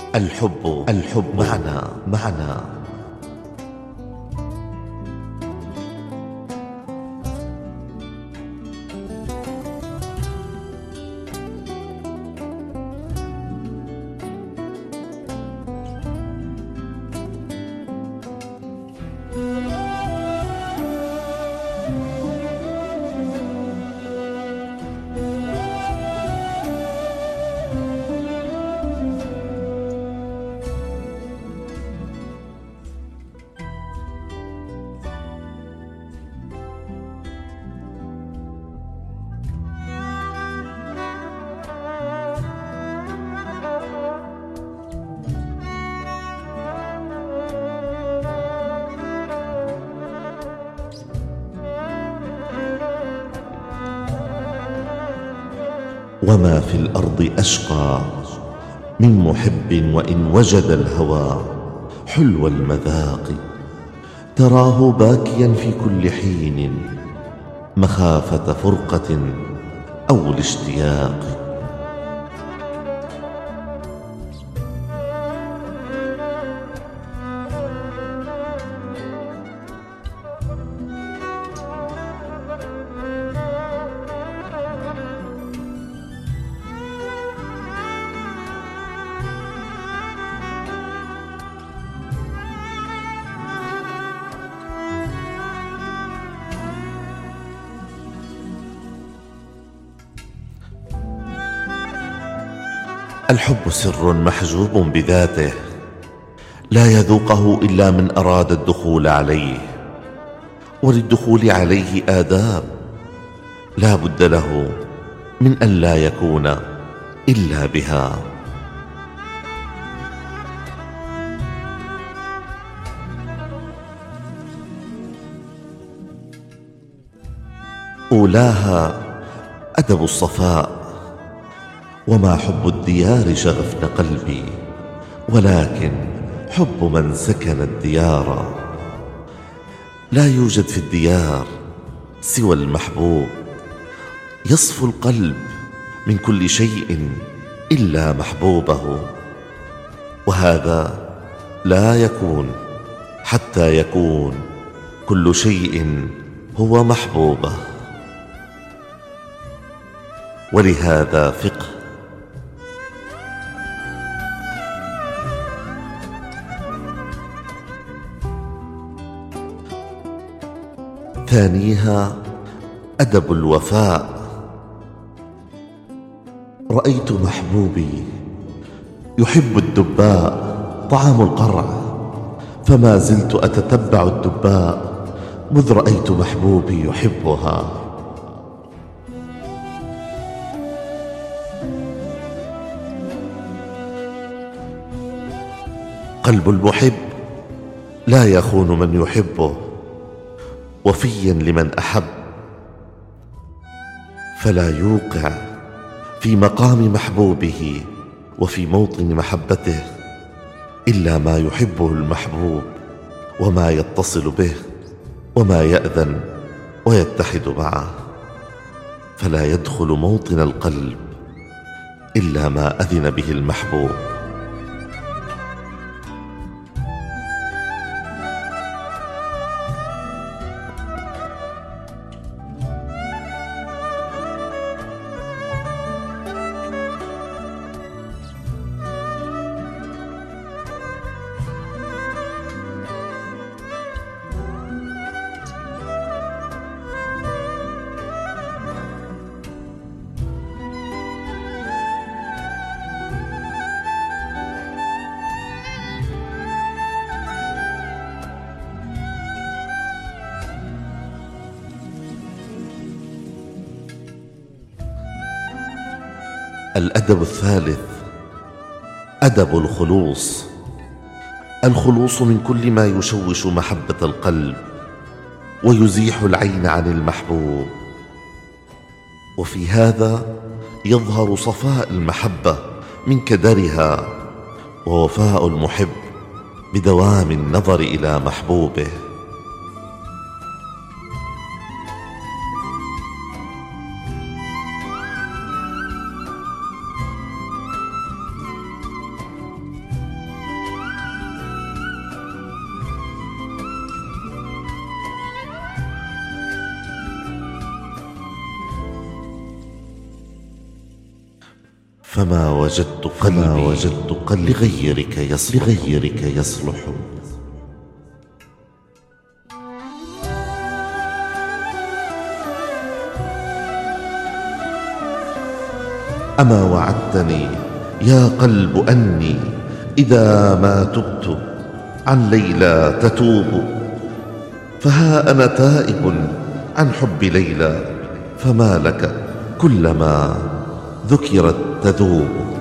الحب معنى. وما في الأرض أشقى من محب وإن وجد الهوى حلو المذاق، تراه باكيا في كل حين مخافة فرقة أو الاشتياق. الحب سر محجوب بذاته لا يذوقه إلا من أراد الدخول عليه، وللدخول عليه آداب لا بد له من أن لا يكون إلا بها. أولاها أدب الصفاء، وما حب الديار شغفن قلبي، ولكن حب من سكن الديار. لا يوجد في الديار سوى المحبوب، يصفو القلب من كل شيء إلا محبوبه، وهذا لا يكون حتى يكون كل شيء هو محبوبه. ولهذا فقه ثانيها أدب الوفاء. رأيت محبوبي يحب الدباء طعام القرع، فما زلت أتتبع الدباء مذ رأيت محبوبي يحبها. قلب المحب لا يخون من يحبه، وفيا لمن أحب، فلا يوقع في مقام محبوبه وفي موطن محبته إلا ما يحبه المحبوب، وما يتصل به، وما يأذن ويتحد معه، فلا يدخل موطن القلب إلا ما أذن به المحبوب. الأدب الثالث أدب الخلوص. الخلوص من كل ما يشوش محبة القلب ويزيح العين عن المحبوب، وفي هذا يظهر صفاء المحبة من كدرها، ووفاء المحب بدوام النظر إلى محبوبه. فما وجدت قلبي لغيرك يصلح. أما وعدتني يا قلب أني إذا ما تبت عن ليلى تتوب، فها أنا تائب عن حب ليلى، فما لك كلما ذكرت تذوب.